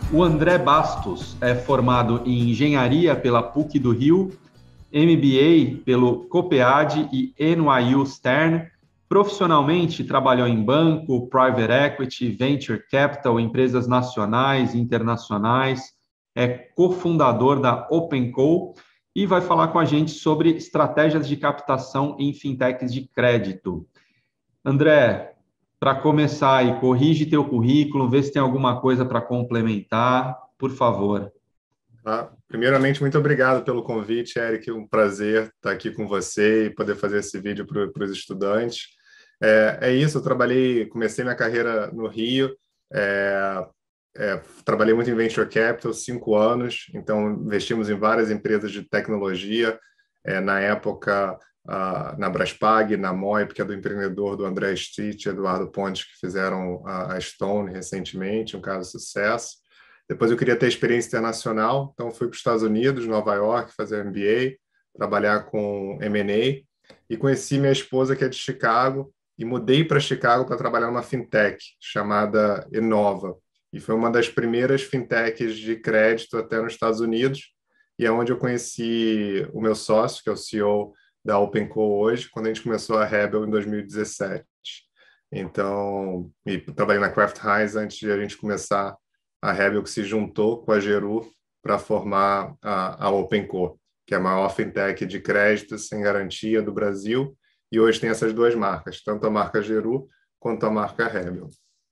O André Bastos é formado em Engenharia pela PUC do Rio, MBA pelo COPEAD e NYU Stern. Profissionalmente, trabalhou em banco, private equity, venture capital, empresas nacionais e internacionais. É cofundador da OpenCo e vai falar com a gente sobre estratégias de captação em fintechs de crédito. André, para começar aí, corrige teu currículo, vê se tem alguma coisa para complementar, por favor. Primeiramente, muito obrigado pelo convite, Eric. Um prazer estar aqui com você e poder fazer esse vídeo para os estudantes. É isso, comecei minha carreira no Rio, trabalhei muito em Venture Capital, 5 anos, então investimos em várias empresas de tecnologia, na época na Braspag, na Moip, que é do empreendedor do André Street, Eduardo Pontes, que fizeram a Stone recentemente, um caso de sucesso. Depois eu queria ter experiência internacional, então fui para os Estados Unidos, Nova York, fazer MBA, trabalhar com M&A, e conheci minha esposa, que é de Chicago, e mudei para Chicago para trabalhar numa fintech chamada Enova. E foi uma das primeiras fintechs de crédito até nos Estados Unidos, e é onde eu conheci o meu sócio, que é o CEO da OpenCo hoje, quando a gente começou a Rebel em 2017. Então, e trabalhei na Kraft Heinz antes de a gente começar a Rebel, que se juntou com a Geru para formar a OpenCo, que é a maior fintech de crédito sem garantia do Brasil, e hoje tem essas duas marcas, tanto a marca Geru quanto a marca Rebel.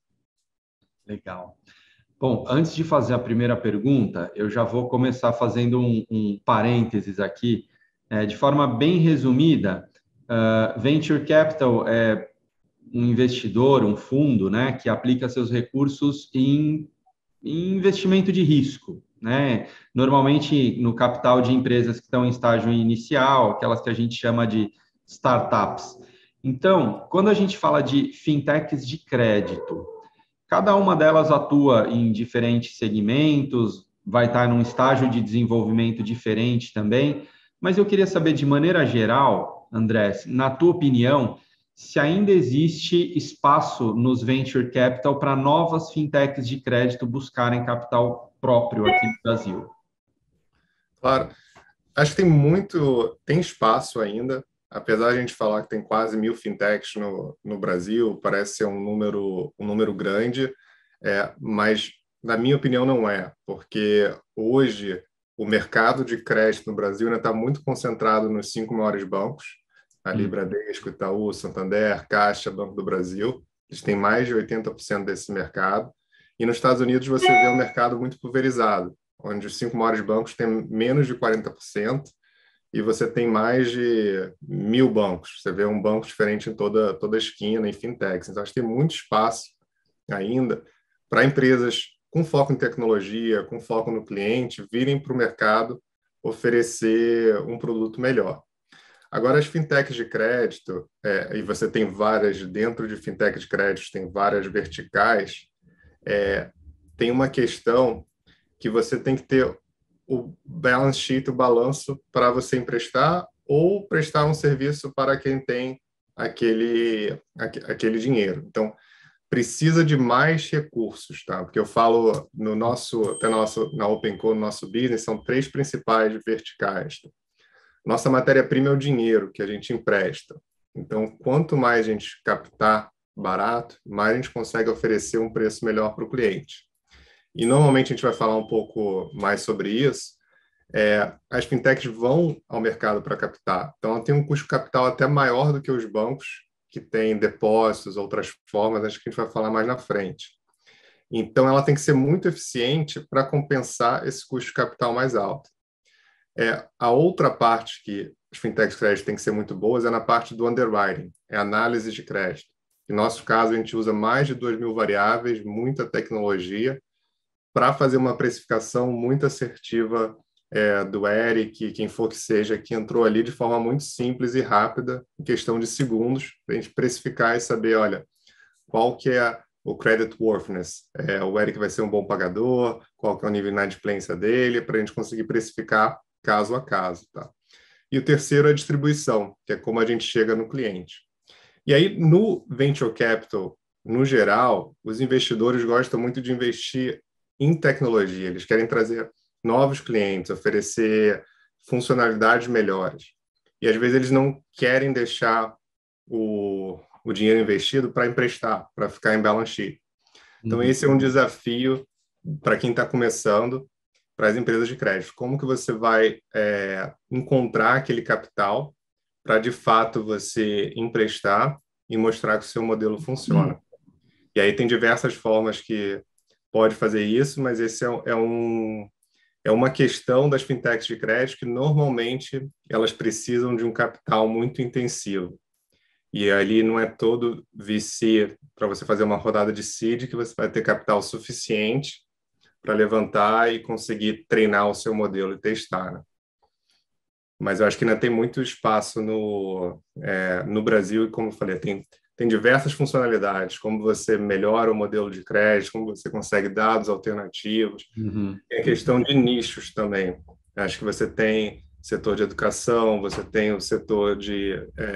Legal. Bom, antes de fazer a primeira pergunta, eu já vou começar fazendo um parênteses aqui. De forma bem resumida, Venture Capital é um investidor, um fundo, né, que aplica seus recursos em investimento de risco, né? Normalmente no capital de empresas que estão em estágio inicial, aquelas que a gente chama de startups. Então, quando a gente fala de fintechs de crédito, cada uma delas atua em diferentes segmentos, vai estar num estágio de desenvolvimento diferente também, mas eu queria saber, de maneira geral, André, na tua opinião, se ainda existe espaço nos venture capital para novas fintechs de crédito buscarem capital próprio aqui no Brasil. Claro, acho que tem espaço ainda, apesar de a gente falar que tem quase 1.000 fintechs no Brasil, parece ser um número grande, mas na minha opinião não é, porque hoje o mercado de crédito no Brasil ainda está muito concentrado nos 5 maiores bancos, ali Bradesco, Itaú, Santander, Caixa, Banco do Brasil. Eles têm mais de 80% desse mercado. E nos Estados Unidos você vê um mercado muito pulverizado, onde os 5 maiores bancos têm menos de 40% e você tem mais de 1.000 bancos. Você vê um banco diferente em toda a esquina, em fintechs. Então, acho que tem muito espaço ainda para empresas com foco em tecnologia, com foco no cliente, virem para o mercado oferecer um produto melhor. Agora, as fintechs de crédito, e você tem várias, dentro de fintech de crédito, tem várias verticais, tem uma questão que você tem que ter o balance sheet, o balanço, para você emprestar ou prestar um serviço para quem tem aquele dinheiro. Então, precisa de mais recursos, tá? Porque eu falo na OpenCo, no nosso business, são 3 principais verticais. Nossa matéria-prima é o dinheiro que a gente empresta. Então, quanto mais a gente captar barato, mais a gente consegue oferecer um preço melhor para o cliente. E normalmente a gente vai falar um pouco mais sobre isso. As fintechs vão ao mercado para captar. Então, ela tem um custo de capital até maior do que os bancos, que têm depósitos, outras formas, acho que a gente vai falar mais na frente. Então, ela tem que ser muito eficiente para compensar esse custo de capital mais alto. A outra parte que as fintechs de crédito têm que ser muito boas é na parte do underwriting, análise de crédito. No nosso caso, a gente usa mais de 2.000 variáveis, muita tecnologia, para fazer uma precificação muito assertiva do Eric, quem for que seja, que entrou ali de forma muito simples e rápida, em questão de segundos, para a gente precificar e saber, olha, qual que é o credit worthiness. O Eric vai ser um bom pagador, qual que é o nível de inadimplência dele, para a gente conseguir precificar caso a caso. Tá? E o terceiro é a distribuição, que é como a gente chega no cliente. E aí, no Venture Capital, no geral, os investidores gostam muito de investir em tecnologia, eles querem trazer novos clientes, oferecer funcionalidades melhores. E às vezes eles não querem deixar o dinheiro investido para emprestar, para ficar em balance sheet. Então, esse é um desafio para quem está começando, para as empresas de crédito. Como que você vai encontrar aquele capital para, de fato, você emprestar e mostrar que o seu modelo funciona? E aí tem diversas formas que pode fazer isso, mas esse é uma questão das fintechs de crédito que, normalmente, elas precisam de um capital muito intensivo. E ali não é todo VC para você fazer uma rodada de seed que você vai ter capital suficiente para levantar e conseguir treinar o seu modelo e testar, né? Mas eu acho que ainda tem muito espaço no Brasil e, como eu falei, tem diversas funcionalidades, como você melhora o modelo de crédito, como você consegue dados alternativos. Tem a questão de nichos também. Acho que você tem setor de educação, você tem o setor de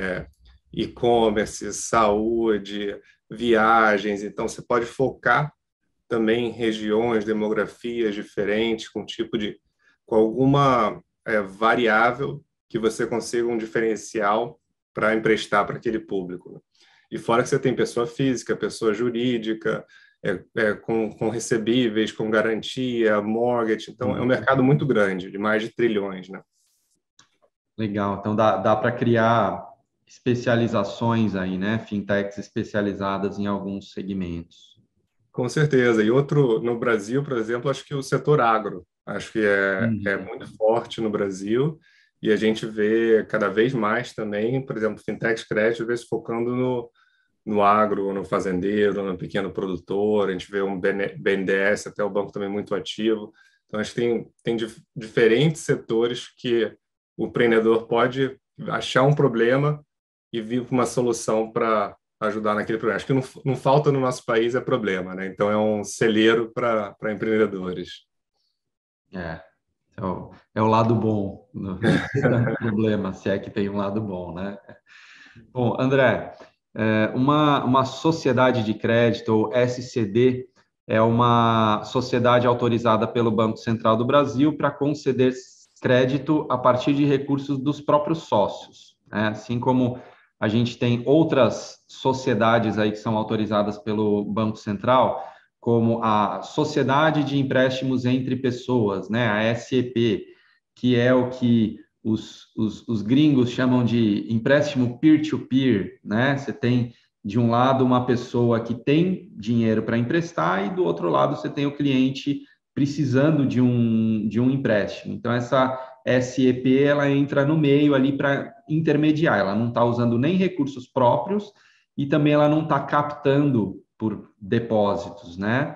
e-commerce, saúde, viagens. Então, você pode focar também em regiões, demografias diferentes, com alguma variável que você consiga um diferencial para emprestar para aquele público, né? E fora que você tem pessoa física, pessoa jurídica, com recebíveis, com garantia, mortgage. Então, é um mercado muito grande, de mais de trilhões, né? Legal. Então, dá para criar especializações aí, né? Fintechs especializadas em alguns segmentos. Com certeza. E outro, no Brasil, por exemplo, acho que o setor agro, acho que é muito forte no Brasil, e a gente vê cada vez mais também, por exemplo, fintechs crédito, às vezes focando no agro, no fazendeiro, no pequeno produtor. A gente vê um BNDES, até o banco também muito ativo. Então, acho que tem diferentes setores que o empreendedor pode achar um problema e vir com uma solução para ajudar naquele problema. Acho que não falta no nosso país problema, né? Então, é um celeiro para empreendedores. É o lado bom do problema, se é que tem um lado bom, né? Bom, André, uma sociedade de crédito, ou SCD, é uma sociedade autorizada pelo Banco Central do Brasil para conceder crédito a partir de recursos dos próprios sócios, né? Assim como a gente tem outras sociedades aí que são autorizadas pelo Banco Central, como a Sociedade de Empréstimos entre Pessoas, né? A SEP, que é o que os gringos chamam de empréstimo peer-to-peer, né? Você tem, de um lado, uma pessoa que tem dinheiro para emprestar e, do outro lado, você tem o cliente precisando de um empréstimo. Então, essa SEP, ela entra no meio ali para intermediar. Ela não está usando nem recursos próprios e também ela não está captando por depósitos, né?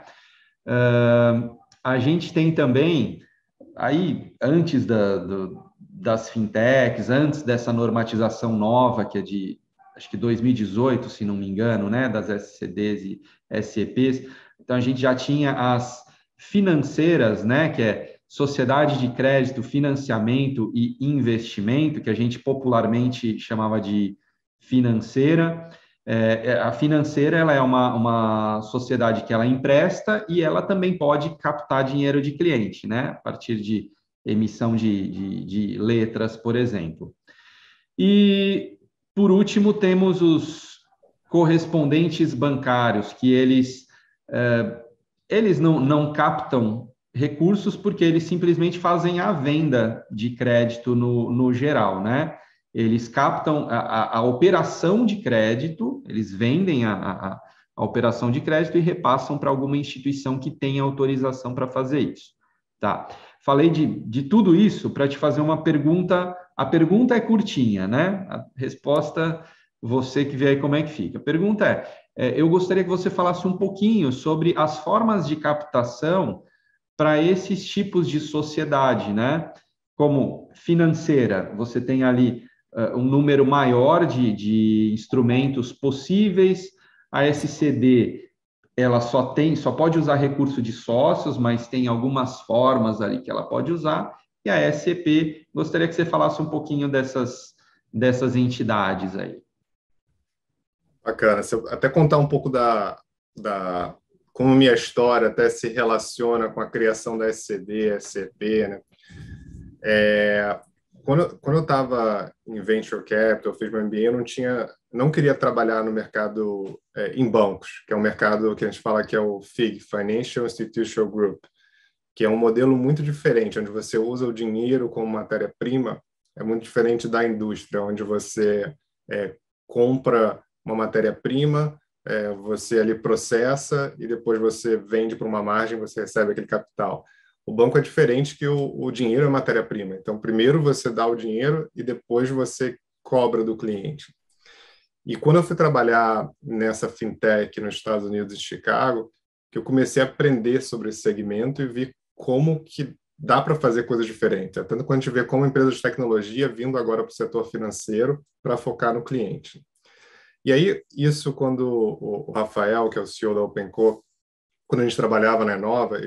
A gente tem também, aí, antes das fintechs, antes dessa normatização nova, que é de, acho que 2018, se não me engano, né, das SCDs e SEPs, então a gente já tinha as financeiras, né, que é Sociedade de Crédito, Financiamento e Investimento, que a gente popularmente chamava de financeira. A financeira, ela é uma sociedade que ela empresta e ela também pode captar dinheiro de cliente, né, a partir de emissão de letras, por exemplo. E, por último, temos os correspondentes bancários, que eles não captam recursos porque eles simplesmente fazem a venda de crédito no geral, né? Eles captam a operação de crédito, eles vendem a operação de crédito e repassam para alguma instituição que tenha autorização para fazer isso. Tá? Falei de tudo isso para te fazer uma pergunta. A pergunta é curtinha, né? A resposta, você que vê aí como é que fica. A pergunta eu gostaria que você falasse um pouquinho sobre as formas de captação para esses tipos de sociedade, né? Como financeira, você tem ali um número maior de instrumentos possíveis. A SCD, ela só pode usar recurso de sócios, mas tem algumas formas ali que ela pode usar. E a SCP, gostaria que você falasse um pouquinho dessas entidades aí. Bacana. Se eu até contar um pouco da como minha história até se relaciona com a criação da SCD, SCP, né? Quando eu estava em Venture Capital, eu fiz meu MBA, eu não queria trabalhar no mercado em bancos, que é um mercado que a gente fala que é o FIG, Financial Institutional Group, que é um modelo muito diferente, onde você usa o dinheiro como matéria-prima, é muito diferente da indústria, onde você compra uma matéria-prima, você ali processa e depois você vende para uma margem, você recebe aquele capital. O banco é diferente, que o dinheiro é matéria-prima. Então, primeiro você dá o dinheiro e depois você cobra do cliente. E quando eu fui trabalhar nessa fintech nos Estados Unidos, em Chicago, que eu comecei a aprender sobre esse segmento e vi como que dá para fazer coisas diferentes. Tanto quando a gente vê como empresas de tecnologia vindo agora para o setor financeiro para focar no cliente. E aí, isso quando o Rafael, que é o CEO da OpenCo, quando a gente trabalhava na Enova,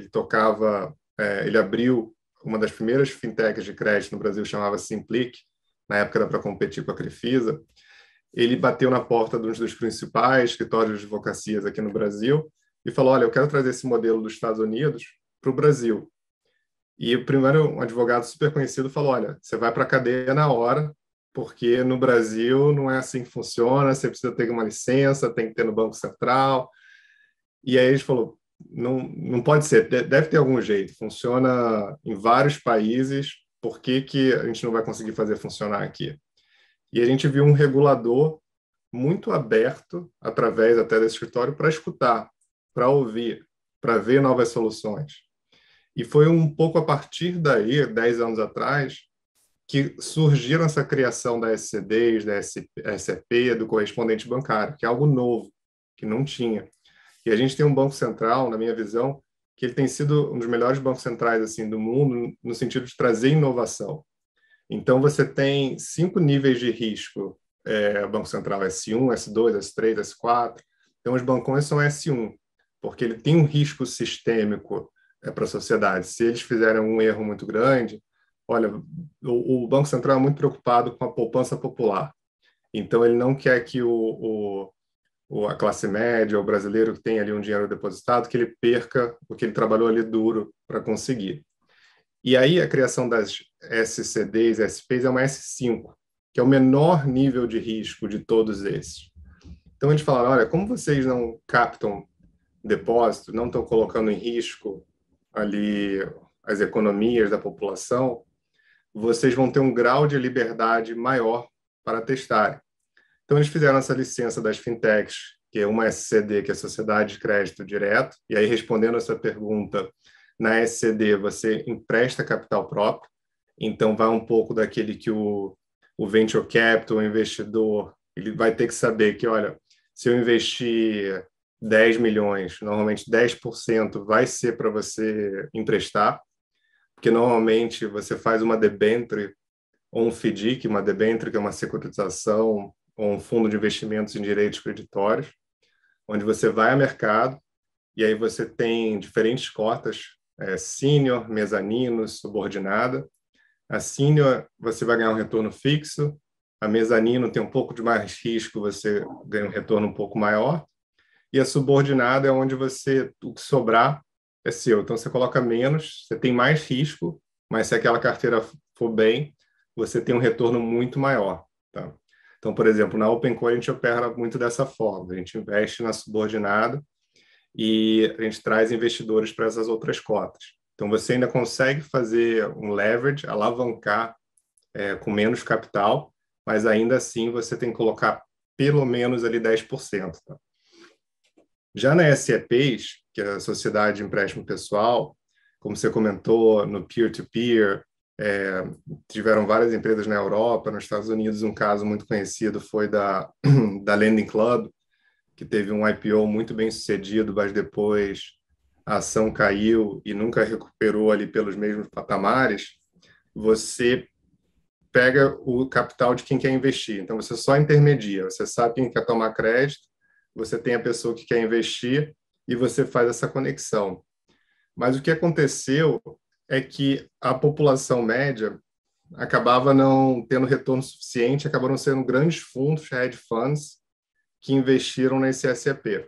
ele abriu uma das primeiras fintechs de crédito no Brasil, chamava Simplic, na época era para competir com a Crefisa. Ele bateu na porta de um dos principais escritórios de advocacias aqui no Brasil e falou, olha, eu quero trazer esse modelo dos Estados Unidos para o Brasil. E o primeiro, um advogado super conhecido falou, olha, você vai para a cadeia na hora, porque no Brasil não é assim que funciona, você precisa ter uma licença, tem que ter no Banco Central. E aí a gente falou, não pode ser, deve ter algum jeito, funciona em vários países, por que a gente não vai conseguir fazer funcionar aqui? E a gente viu um regulador muito aberto, através até desse escritório, para escutar, para ouvir, para ver novas soluções. E foi um pouco a partir daí, 10 anos atrás, que surgiram essa criação da SCDs, da SCP, do correspondente bancário, que é algo novo, que não tinha. E a gente tem um banco central, na minha visão, que ele tem sido um dos melhores bancos centrais assim do mundo, no sentido de trazer inovação. Então, você tem 5 níveis de risco, Banco Central S1, S2, S3, S4. Então, os bancões são S1, porque ele tem um risco sistêmico para a sociedade. Se eles fizerem um erro muito grande, olha, o Banco Central é muito preocupado com a poupança popular. Então, ele não quer que a classe média, o brasileiro que tem ali um dinheiro depositado, que ele perca o que ele trabalhou ali duro para conseguir. E aí a criação das SCDs, SPs é uma S5, que é o menor nível de risco de todos esses. Então eles falaram, olha, como vocês não captam depósito, não estão colocando em risco ali as economias da população, vocês vão ter um grau de liberdade maior para testar. Então eles fizeram essa licença das fintechs, que é uma SCD, que é a Sociedade de Crédito Direto, e aí respondendo essa pergunta, na SCD você empresta capital próprio, então vai um pouco daquele que o venture capital, o investidor, ele vai ter que saber que, olha, se eu investir 10 milhões, normalmente 10% vai ser para você emprestar, porque normalmente você faz uma debênture ou um FDIC, uma debênture que é uma securitização ou um fundo de investimentos em direitos creditórios, onde você vai ao mercado e aí você tem diferentes cotas, sênior, mezanino, subordinada. A sênior você vai ganhar um retorno fixo, a mezanino tem um pouco de mais risco, você ganha um retorno um pouco maior, e a subordinada é onde o que sobrar é seu. Então você coloca menos, você tem mais risco, mas se aquela carteira for bem, você tem um retorno muito maior. Tá? Então, por exemplo, na OpenCo a gente opera muito dessa forma, a gente investe na subordinada e a gente traz investidores para essas outras cotas. Então, você ainda consegue fazer um leverage, alavancar com menos capital, mas ainda assim você tem que colocar pelo menos ali 10%. Tá? Já na SEPs, que é a Sociedade de Empréstimo Pessoal, como você comentou, no peer-to-peer, tiveram várias empresas na Europa, nos Estados Unidos, um caso muito conhecido foi da Lending Club, que teve um IPO muito bem sucedido, mas depois a ação caiu e nunca recuperou ali pelos mesmos patamares. Você pega o capital de quem quer investir. Então, você só intermedia. Você sabe quem quer tomar crédito, você tem a pessoa que quer investir e você faz essa conexão. Mas o que aconteceu é que a população média acabava não tendo retorno suficiente, acabaram sendo grandes fundos, hedge funds, que investiram nesse SEP.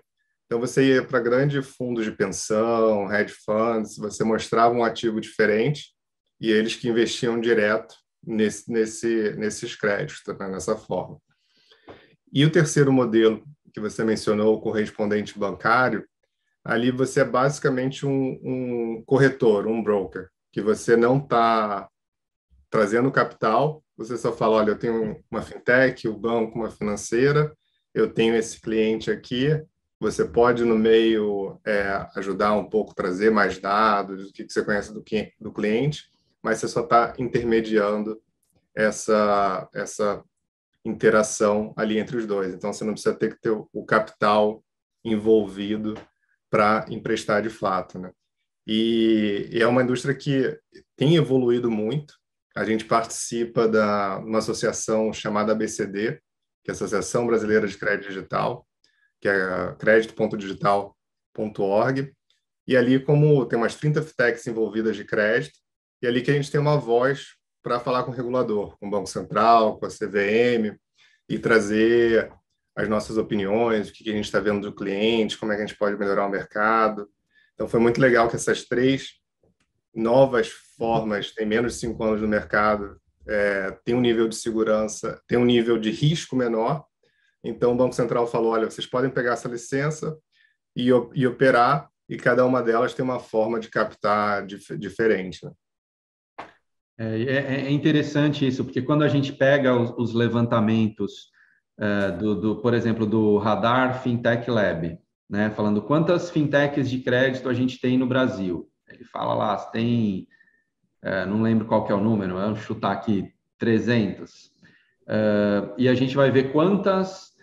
Então, você ia para grandes fundos de pensão, hedge funds, você mostrava um ativo diferente e eles que investiam direto nesses créditos, tá, nessa forma. E o terceiro modelo que você mencionou, o correspondente bancário, ali você é basicamente um corretor, um broker, que você não está trazendo capital, você só fala, olha, eu tenho uma fintech, o banco, uma financeira, eu tenho esse cliente aqui, você pode, no meio, ajudar um pouco, trazer mais dados, o que você conhece do cliente, mas você só está intermediando essa interação ali entre os dois. Então, você não precisa ter que ter o capital envolvido para emprestar de fato, né? E é uma indústria que tem evoluído muito. A gente participa de uma associação chamada ABCD, que é a Associação Brasileira de Crédito Digital, que é crédito.digital.org. E ali, como tem umas 30 fintechs envolvidas de crédito, e ali que a gente tem uma voz para falar com o regulador, com o Banco Central, com a CVM, e trazer as nossas opiniões, o que a gente está vendo do cliente, como é que a gente pode melhorar o mercado. Então, foi muito legal que essas 3 novas formas, têm menos de 5 anos no mercado, tem um nível de segurança, tem um nível de risco menor. Então, o Banco Central falou, olha, vocês podem pegar essa licença e operar, e cada uma delas tem uma forma de captar diferente, né? É interessante isso, porque quando a gente pega os levantamentos, por exemplo, do Radar Fintech Lab, né, falando quantas fintechs de crédito a gente tem no Brasil. Ele fala lá, tem, não lembro qual que é o número, vamos chutar aqui, 300. E a gente vai ver quantas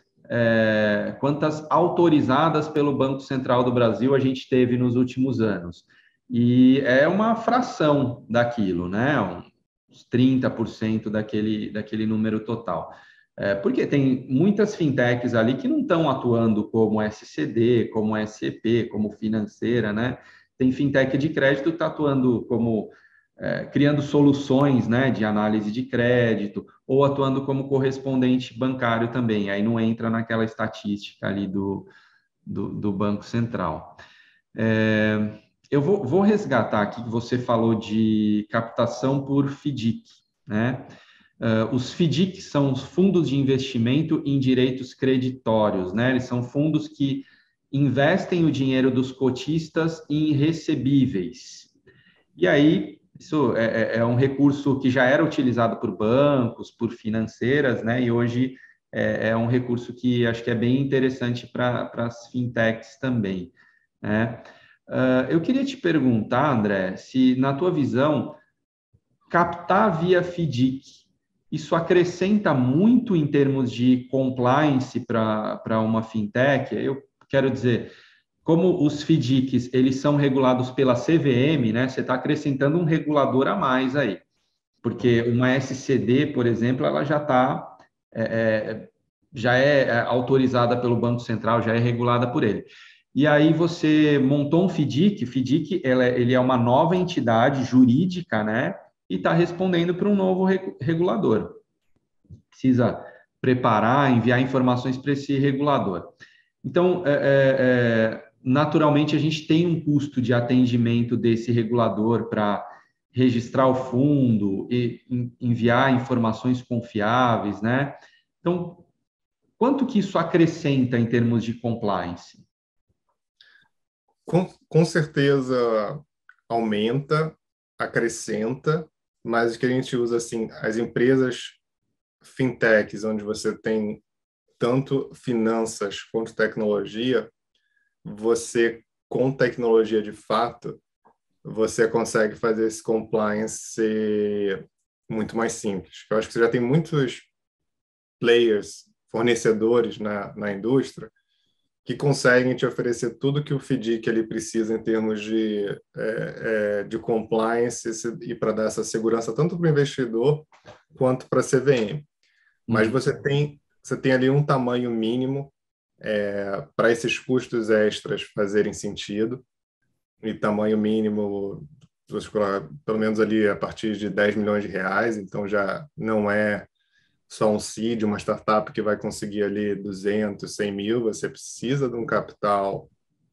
autorizadas pelo Banco Central do Brasil a gente teve nos últimos anos. E é uma fração daquilo, né? Uns 30% daquele número total. Porque tem muitas fintechs ali que não estão atuando como SCD, como SEP, como financeira, né? Tem fintech de crédito que está atuando como criando soluções, né, de análise de crédito, ou atuando como correspondente bancário também. Aí não entra naquela estatística ali do Banco Central. Eu vou resgatar aqui que você falou de captação por FDIC, né? Os FDIC são os fundos de investimento em direitos creditórios, né? Eles são fundos que investem o dinheiro dos cotistas em recebíveis. E aí, isso é um recurso que já era utilizado por bancos, por financeiras, né? E hoje é um recurso que acho que é bem interessante para as fintechs também, né? Eu queria te perguntar, André, se na tua visão, captar via FDIC, isso acrescenta muito em termos de compliance para uma fintech? Eu quero dizer, como os FDICs, eles são regulados pela CVM, né? Você está acrescentando um regulador a mais aí, porque uma SCD, por exemplo, ela já é autorizada pelo Banco Central, já é regulada por ele. E aí você montou um FDIC, FDIC ele é uma nova entidade jurídica, né? E está respondendo para um novo regulador. Precisa preparar, enviar informações para esse regulador. Então, naturalmente, a gente tem um custo de atendimento desse regulador para registrar o fundo e enviar informações confiáveis, né? Então, quanto que isso acrescenta em termos de compliance? Com certeza aumenta, acrescenta, mas o que a gente usa, assim, as empresas fintechs, onde você tem tanto finanças quanto tecnologia, você, com tecnologia de fato, você consegue fazer esse compliance ser muito mais simples. Eu acho que você já tem muitos players, fornecedores na indústria, que conseguem te oferecer tudo que o FDIC ele precisa em termos de compliance e para dar essa segurança tanto para o investidor quanto para a CVM. Mas você tem ali um tamanho mínimo para esses custos extras fazerem sentido, e tamanho mínimo, pelo menos ali a partir de 10 milhões de reais, então já não é só um seed, uma startup que vai conseguir ali 200, 100 mil, você precisa de um capital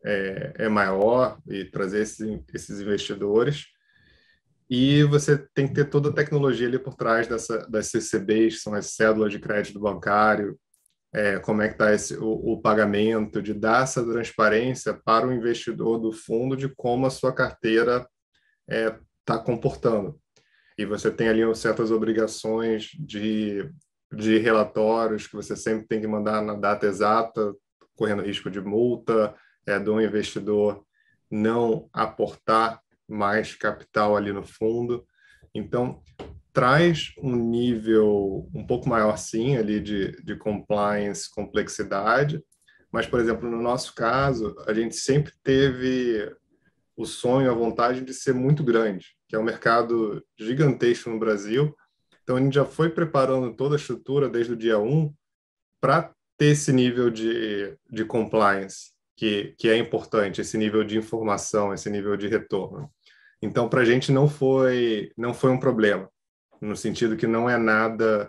é maior e trazer esses investidores. E você tem que ter toda a tecnologia ali por trás das CCBs, que são as cédulas de crédito bancário, como é que está o pagamento, de dar essa transparência para o investidor do fundo de como a sua carteira está comportando. E você tem ali certas obrigações de relatórios que você sempre tem que mandar na data exata, correndo risco de multa, do investidor não aportar mais capital ali no fundo. Então, traz um nível um pouco maior, sim, ali de compliance, complexidade, mas, por exemplo, no nosso caso, a gente sempre teve o sonho, a vontade de ser muito grande, que é um mercado gigantesco no Brasil. Então, a gente já foi preparando toda a estrutura desde o dia 1 para ter esse nível de compliance, que é importante, esse nível de informação, esse nível de retorno. Então, para a gente não foi um problema, no sentido que não é nada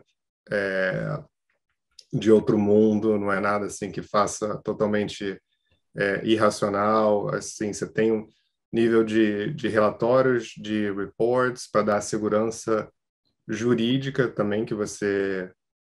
de outro mundo, não é nada assim que faça totalmente irracional. Assim, você tem um nível de relatórios, de reports, para dar segurança jurídica também, que você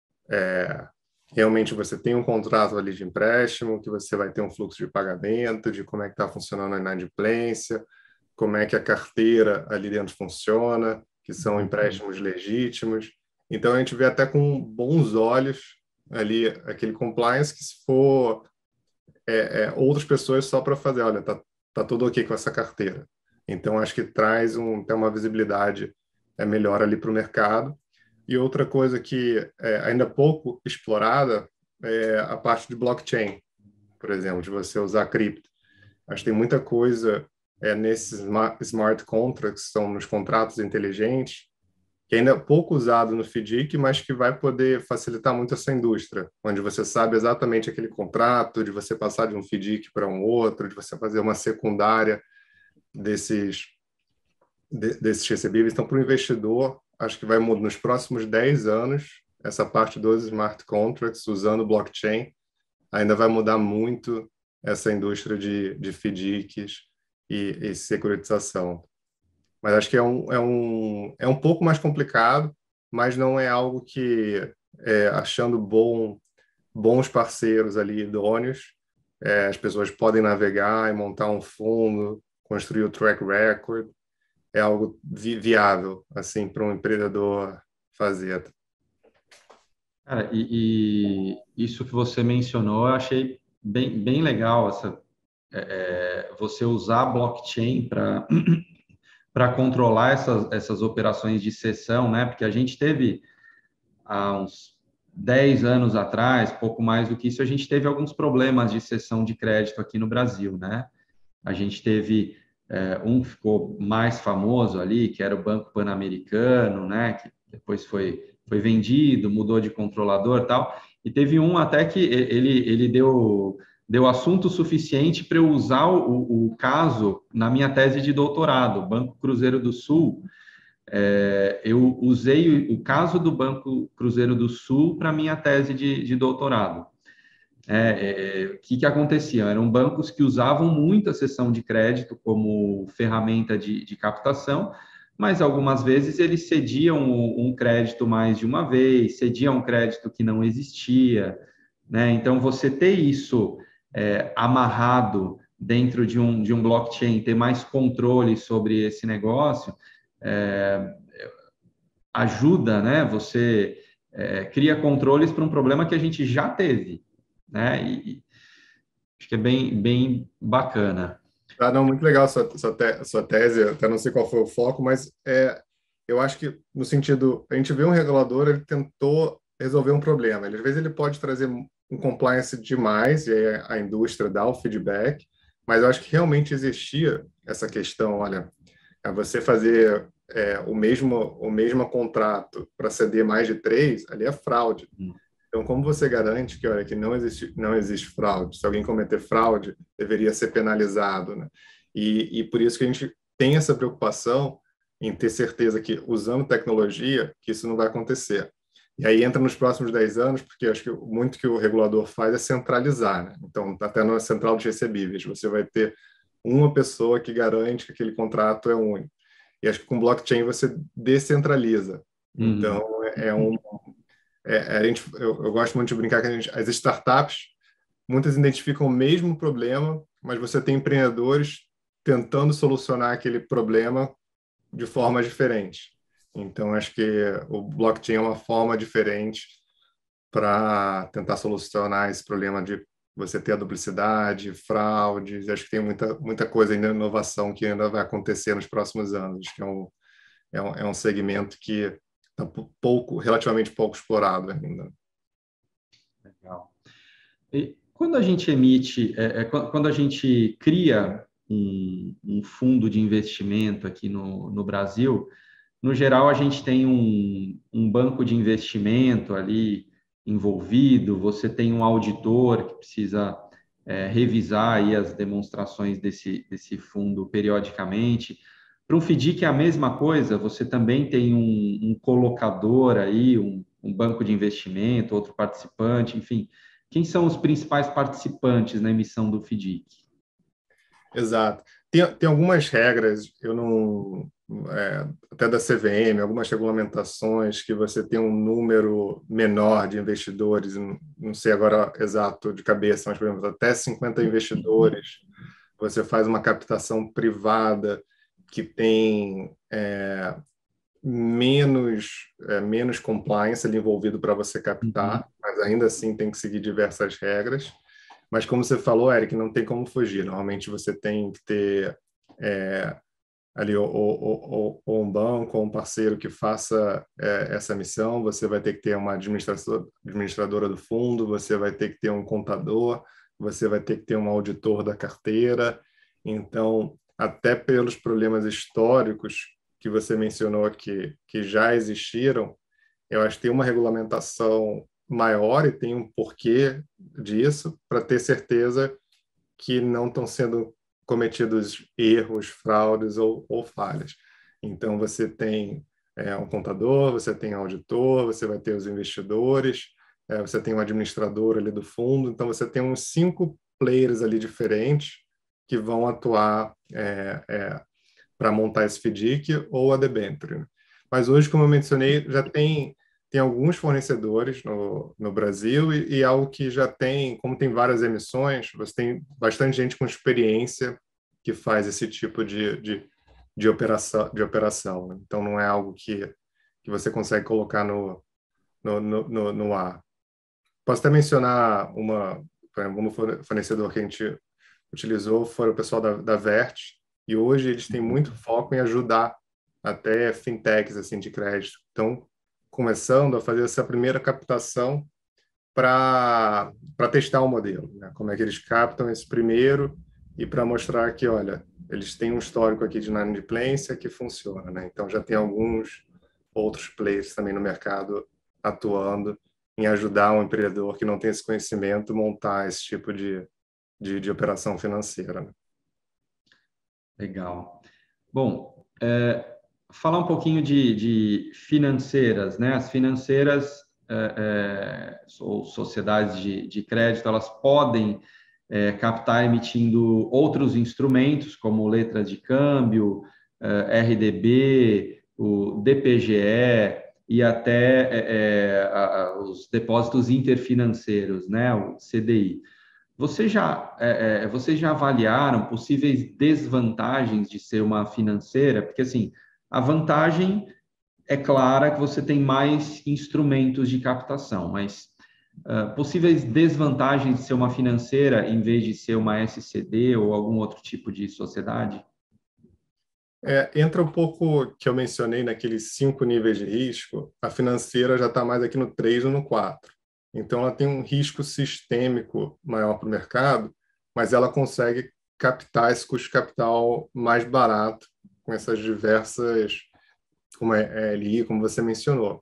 realmente você tem um contrato ali de empréstimo, que você vai ter um fluxo de pagamento, de como é que está funcionando a inadimplência, como é que a carteira ali dentro funciona, que são empréstimos legítimos. Então, a gente vê até com bons olhos ali aquele compliance, que se for outras pessoas só para fazer, olha, tá tudo ok com essa carteira. Então, acho que traz até uma visibilidade melhor ali para o mercado. E outra coisa que é ainda pouco explorada é a parte de blockchain, por exemplo, de você usar cripto. Acho que tem muita coisa nesses smart contracts, que são nos contratos inteligentes, que ainda é pouco usado no FDIC, mas que vai poder facilitar muito essa indústria, onde você sabe exatamente aquele contrato, de você passar de um FDIC para um outro, de você fazer uma secundária desses recebíveis. Então, para o investidor, acho que vai mudar nos próximos 10 anos, essa parte dos smart contracts, usando blockchain, ainda vai mudar muito essa indústria de FDICs e securitização. Mas acho que é um pouco mais complicado, mas não é algo que, achando bons parceiros ali, idôneos, as pessoas podem navegar e montar um fundo, construir o track record, é algo viável, assim, para um empreendedor fazer. Cara, e isso que você mencionou, eu achei bem legal, você usar a blockchain para controlar essas operações de cessão, né? Porque a gente teve, há uns 10 anos atrás, pouco mais do que isso, a gente teve alguns problemas de cessão de crédito aqui no Brasil, né? A gente teve um que ficou mais famoso ali, que era o Banco Pan-Americano, né? Que depois foi vendido, mudou de controlador e tal. E teve um até que ele deu assunto suficiente para eu usar o caso na minha tese de doutorado, Banco Cruzeiro do Sul. Eu usei o caso do Banco Cruzeiro do Sul para minha tese de doutorado. O que acontecia? Eram bancos que usavam muito a cessão de crédito como ferramenta de captação, mas algumas vezes eles cediam um crédito mais de uma vez, cediam um crédito que não existia, né? Então, você ter isso amarrado dentro de um blockchain, ter mais controle sobre esse negócio, ajuda, né? Você cria controles para um problema que a gente já teve, né? E acho que é bem bacana. Ah, não, muito legal sua tese, até não sei qual foi o foco, mas eu acho que, no sentido, a gente vê um regulador, ele tentou resolver um problema. Às vezes ele pode trazer um compliance demais, e aí a indústria dá o feedback, mas eu acho que realmente existia essa questão, olha, você fazer o mesmo contrato para ceder mais de 3, ali é fraude. Então, como você garante que, olha, que não existe fraude? Se alguém cometer fraude, deveria ser penalizado, né? E por isso que a gente tem essa preocupação em ter certeza que, usando tecnologia, que isso não vai acontecer. E aí entra nos próximos 10 anos, porque acho que muito que o regulador faz é centralizar, né? Então, até na central de recebíveis, você vai ter uma pessoa que garante que aquele contrato é único. E acho que com blockchain você descentraliza. Então, Uhum. eu gosto muito de brincar que as startups, muitas identificam o mesmo problema, mas você tem empreendedores tentando solucionar aquele problema de formas diferentes. Então, acho que o blockchain é uma forma diferente para tentar solucionar esse problema de você ter a duplicidade, fraudes. Acho que tem muita coisa ainda, inovação que ainda vai acontecer nos próximos anos. Acho que é um segmento que está relativamente pouco explorado ainda. Legal. E quando a gente emite, quando a gente cria um fundo de investimento aqui no Brasil, no geral a gente tem um banco de investimento ali envolvido, você tem um auditor que precisa revisar aí as demonstrações desse fundo periodicamente. Para um FDIC é a mesma coisa, você também tem um colocador aí, um banco de investimento, outro participante, enfim. Quem são os principais participantes na emissão do FDIC? Exato. Tem algumas regras, eu não, até da CVM, algumas regulamentações que você tem um número menor de investidores, não sei agora exato de cabeça, mas, por exemplo, até 50 investidores, você faz uma captação privada que tem menos compliance ali envolvido para você Uhum. captar, mas ainda assim tem que seguir diversas regras. Mas como você falou, Eric, não tem como fugir. Normalmente você tem que ter ali ou um banco ou um parceiro que faça essa missão. Você vai ter que ter uma administradora do fundo, você vai ter que ter um contador, você vai ter que ter um auditor da carteira. Então, até pelos problemas históricos que você mencionou que já existiram, eu acho que tem uma regulamentação maior e tem um porquê disso, para ter certeza que não estão sendo cometidos erros, fraudes ou falhas. Então, você tem um contador, você tem auditor, você vai ter os investidores, você tem um administrador ali do fundo, então você tem uns 5 players ali diferentes que vão atuar para montar esse FDIC ou a debênture, né? Mas hoje, como eu mencionei, já tem alguns fornecedores no Brasil e algo que já tem, como tem várias emissões, você tem bastante gente com experiência que faz esse tipo de operação, né? Então, não é algo que você consegue colocar no ar. Posso até mencionar por exemplo, um fornecedor que a gente utilizou foi o pessoal da Vert, e hoje eles têm muito foco em ajudar até fintechs assim, de crédito. Então, começando a fazer essa primeira captação para testar o modelo, né? Como é que eles captam esse primeiro e para mostrar que, olha, eles têm um histórico aqui de inadimplência que funciona, né? Então, já tem alguns outros players também no mercado atuando em ajudar um empreendedor que não tem esse conhecimento a montar esse tipo de operação financeira, né? Legal. Bom, falar um pouquinho de financeiras, né? As financeiras ou sociedades de crédito, elas podem captar emitindo outros instrumentos, como letras de câmbio, RDB, o DPGE e até os depósitos interfinanceiros, né? O CDI. Vocês já avaliaram possíveis desvantagens de ser uma financeira? Porque, assim, a vantagem é clara que você tem mais instrumentos de captação, mas possíveis desvantagens de ser uma financeira em vez de ser uma SCD ou algum outro tipo de sociedade? Entra um pouco que eu mencionei naqueles 5 níveis de risco, a financeira já está mais aqui no 3 ou no 4. Então, ela tem um risco sistêmico maior para o mercado, mas ela consegue captar esse custo de capital mais barato com essas diversas, como é LI, como você mencionou.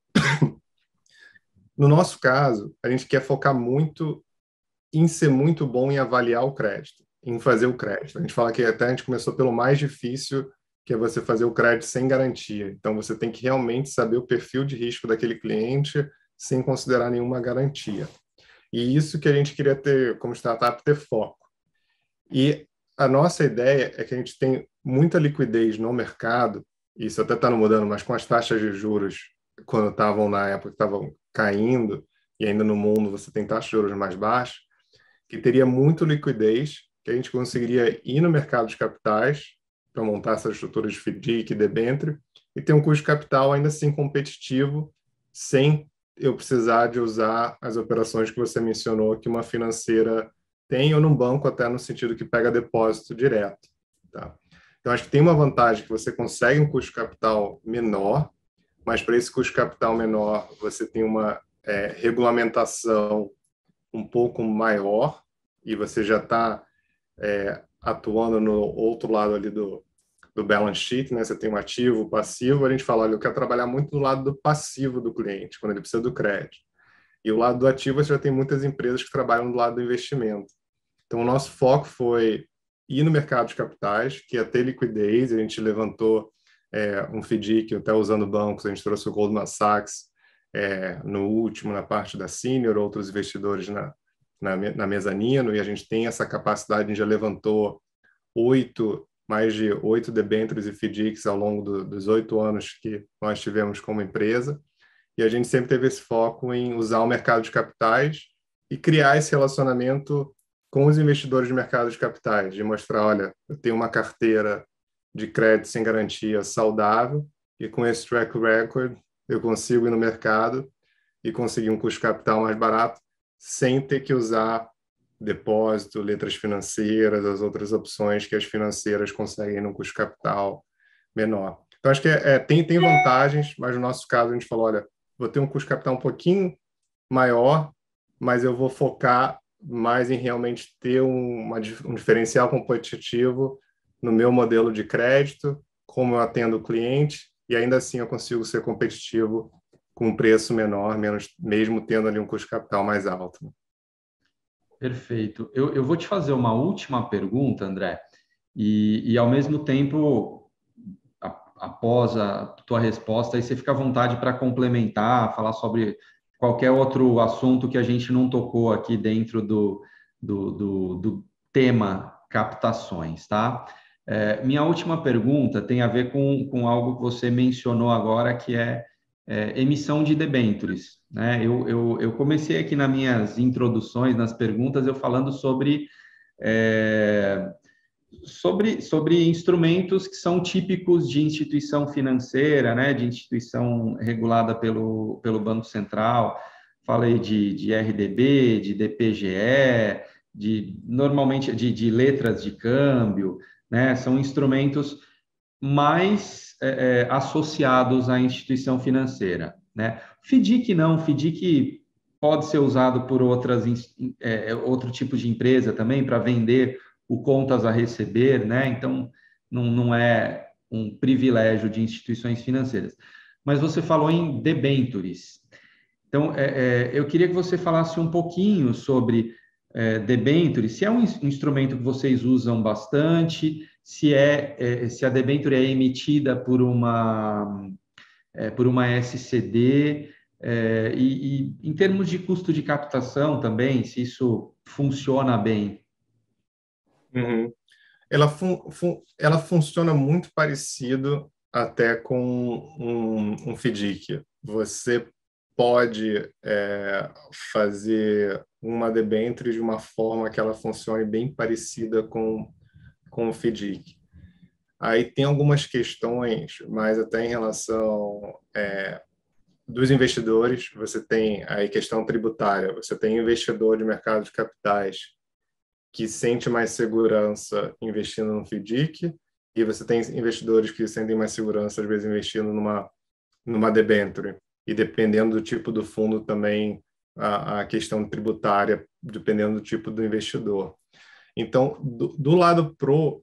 No nosso caso, a gente quer focar muito em ser muito bom em avaliar o crédito, em fazer o crédito. A gente fala que até a gente começou pelo mais difícil, que é você fazer o crédito sem garantia. Então, você tem que realmente saber o perfil de risco daquele cliente sem considerar nenhuma garantia. E isso que a gente queria ter, como startup, ter foco. E a nossa ideia é que a gente tem muita liquidez no mercado, isso até está mudando, mas com as taxas de juros, quando estavam na época, estavam caindo, e ainda no mundo você tem taxas de juros mais baixas, que teria muito liquidez, que a gente conseguiria ir no mercado de capitais para montar essas estruturas de FDIC e debênture, e ter um custo de capital ainda assim competitivo, sem eu precisar de usar as operações que você mencionou que uma financeira tem, ou num banco até no sentido que pega depósito direto. Tá? Então, acho que tem uma vantagem que você consegue um custo de capital menor, mas para esse custo de capital menor, você tem uma regulamentação um pouco maior e você já está atuando no outro lado ali do balance sheet, né? Você tem um ativo, passivo, a gente fala, olha, eu quero trabalhar muito do lado do passivo do cliente, quando ele precisa do crédito. E o lado do ativo, você já tem muitas empresas que trabalham do lado do investimento. Então, o nosso foco foi ir no mercado de capitais, que ia ter liquidez, a gente levantou um FDIC, até usando bancos, a gente trouxe o Goldman Sachs no último, na parte da senior, outros investidores na mezanino, e a gente tem essa capacidade, a gente já levantou mais de 8 debêntures e FDICs ao longo dos 8 anos que nós tivemos como empresa, e a gente sempre teve esse foco em usar o mercado de capitais e criar esse relacionamento com os investidores de mercado de capitais, de mostrar, olha, eu tenho uma carteira de crédito sem garantia saudável, e com esse track record eu consigo ir no mercado e conseguir um custo de capital mais barato, sem ter que usar depósito, letras financeiras, as outras opções que as financeiras conseguem num custo de capital menor. Então, acho que tem vantagens, mas no nosso caso a gente falou, olha, vou ter um custo de capital um pouquinho maior, mas eu vou focar mais em realmente ter um diferencial competitivo no meu modelo de crédito, como eu atendo o cliente, e ainda assim eu consigo ser competitivo com um preço menor, mesmo tendo ali um custo de capital mais alto. Perfeito. Eu vou te fazer uma última pergunta, André, e ao mesmo tempo, após a tua resposta, aí você fica à vontade para complementar, falar sobre qualquer outro assunto que a gente não tocou aqui dentro do tema captações, tá? Minha última pergunta tem a ver com algo que você mencionou agora, que é emissão de debêntures, né? Eu comecei aqui nas minhas introduções, nas perguntas, eu falando sobre instrumentos que são típicos de instituição financeira, né? De instituição regulada pelo Banco Central. Falei de RDB, de DPGE, normalmente de letras de câmbio, né? São instrumentos mais associados à instituição financeira, né? FDIC não, FDIC pode ser usado por outro tipo de empresa também para vender o contas a receber, né? Então não é um privilégio de instituições financeiras. Mas você falou em debêntures. Então eu queria que você falasse um pouquinho sobre debêntures, se é um instrumento que vocês usam bastante, se a debênture é emitida por uma SCD, e em termos de custo de captação também, se isso funciona bem. Uhum. Ela funciona muito parecido até com um FDIC. Você pode fazer uma debênture de uma forma que ela funcione bem parecida com o FDIC. Aí tem algumas questões, mas até em relação dos investidores, você tem aí questão tributária, você tem investidor de mercado de capitais que sente mais segurança investindo no FDIC, e você tem investidores que sentem mais segurança, às vezes, investindo numa debênture. E dependendo do tipo do fundo também, a questão tributária, dependendo do tipo do investidor. Então, do lado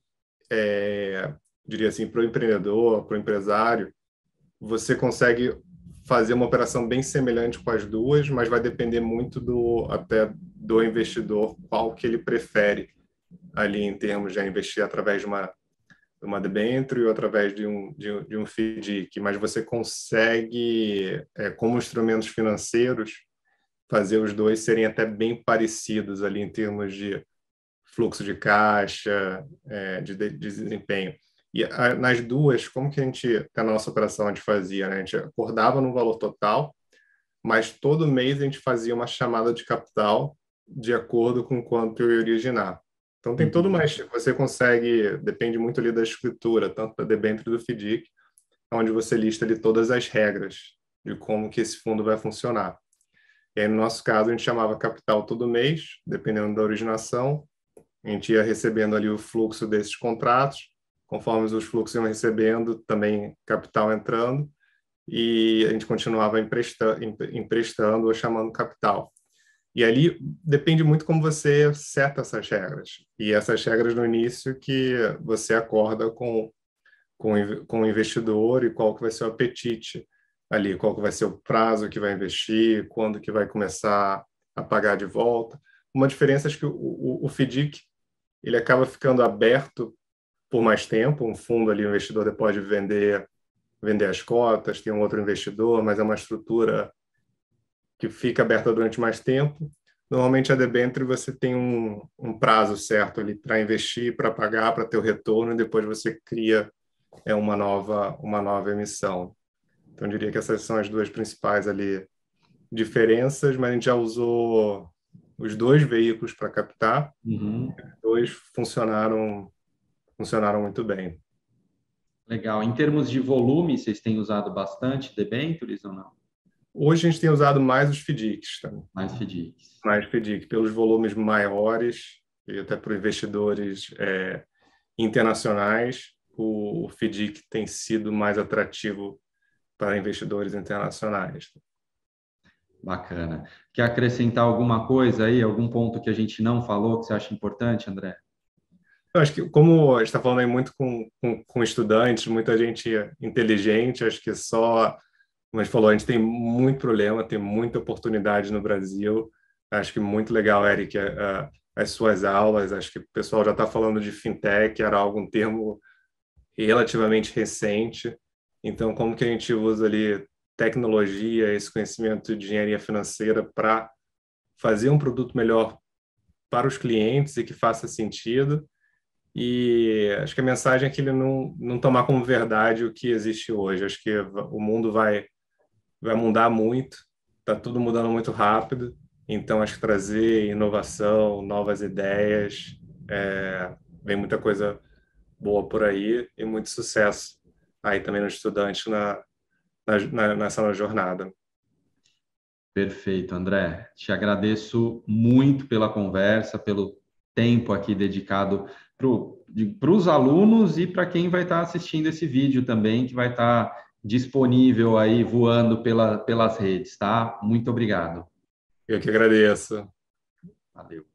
diria assim, pro empreendedor, pro empresário, você consegue fazer uma operação bem semelhante com as duas, mas vai depender muito até do investidor, qual que ele prefere ali em termos de investir através de uma debênture ou através de um FDIC, mas você consegue, como instrumentos financeiros, fazer os dois serem até bem parecidos ali em termos de fluxo de caixa, de desempenho. E nas duas, como que na nossa operação, a gente fazia, né? A gente acordava no valor total, mas todo mês a gente fazia uma chamada de capital de acordo com quanto eu ia originar. Então, tem todo mais. Você consegue, depende muito ali da escritura, tanto da debênture do FDIC, onde você lista ali todas as regras de como que esse fundo vai funcionar. E aí, no nosso caso, a gente chamava capital todo mês, dependendo da originação. A gente ia recebendo ali o fluxo desses contratos, conforme os fluxos iam recebendo, também capital entrando, e a gente continuava emprestando ou chamando capital. E ali depende muito como você seta essas regras. E essas regras no início que você acorda com o investidor e qual que vai ser o apetite ali, qual que vai ser o prazo que vai investir, quando que vai começar a pagar de volta. Uma diferença é que o FDIC ele acaba ficando aberto por mais tempo. Um fundo ali, o investidor pode vender as cotas, tem um outro investidor, mas é uma estrutura que fica aberta durante mais tempo. Normalmente a debênture você tem um prazo certo ali para investir, para pagar, para ter o retorno, e depois você cria uma nova emissão. Então, eu diria que essas são as duas principais ali diferenças, mas a gente já usou os dois veículos para captar, os dois funcionaram muito bem. Legal. Em termos de volume, vocês têm usado bastante debêntures ou não? Hoje a gente tem usado mais os FDICs. Tá? Mais FDICs. Mais FDIC, pelos volumes maiores e até para investidores internacionais, o FDIC tem sido mais atrativo para investidores internacionais. Bacana. Quer acrescentar alguma coisa aí, algum ponto que a gente não falou que você acha importante, André? Eu acho que, como a gente está falando aí muito com estudantes, muita gente inteligente, acho que só, como a gente falou, a gente tem muito problema, tem muita oportunidade no Brasil. Acho que muito legal, Eric, as suas aulas. Acho que o pessoal já está falando de fintech, era um termo relativamente recente. Então, como que a gente usa ali tecnologia, esse conhecimento de engenharia financeira para fazer um produto melhor para os clientes e que faça sentido. E acho que a mensagem é que ele não tomar como verdade o que existe hoje. Acho que o mundo vai mudar muito, está tudo mudando muito rápido. Então, acho que trazer inovação, novas ideias, vem muita coisa boa por aí e muito sucesso aí também no estudante nessa jornada. Perfeito, André. Te agradeço muito pela conversa, pelo tempo aqui dedicado para os alunos e para quem vai estar assistindo esse vídeo também, que vai estar disponível aí voando pelas redes, tá? Muito obrigado. Eu que agradeço. Valeu.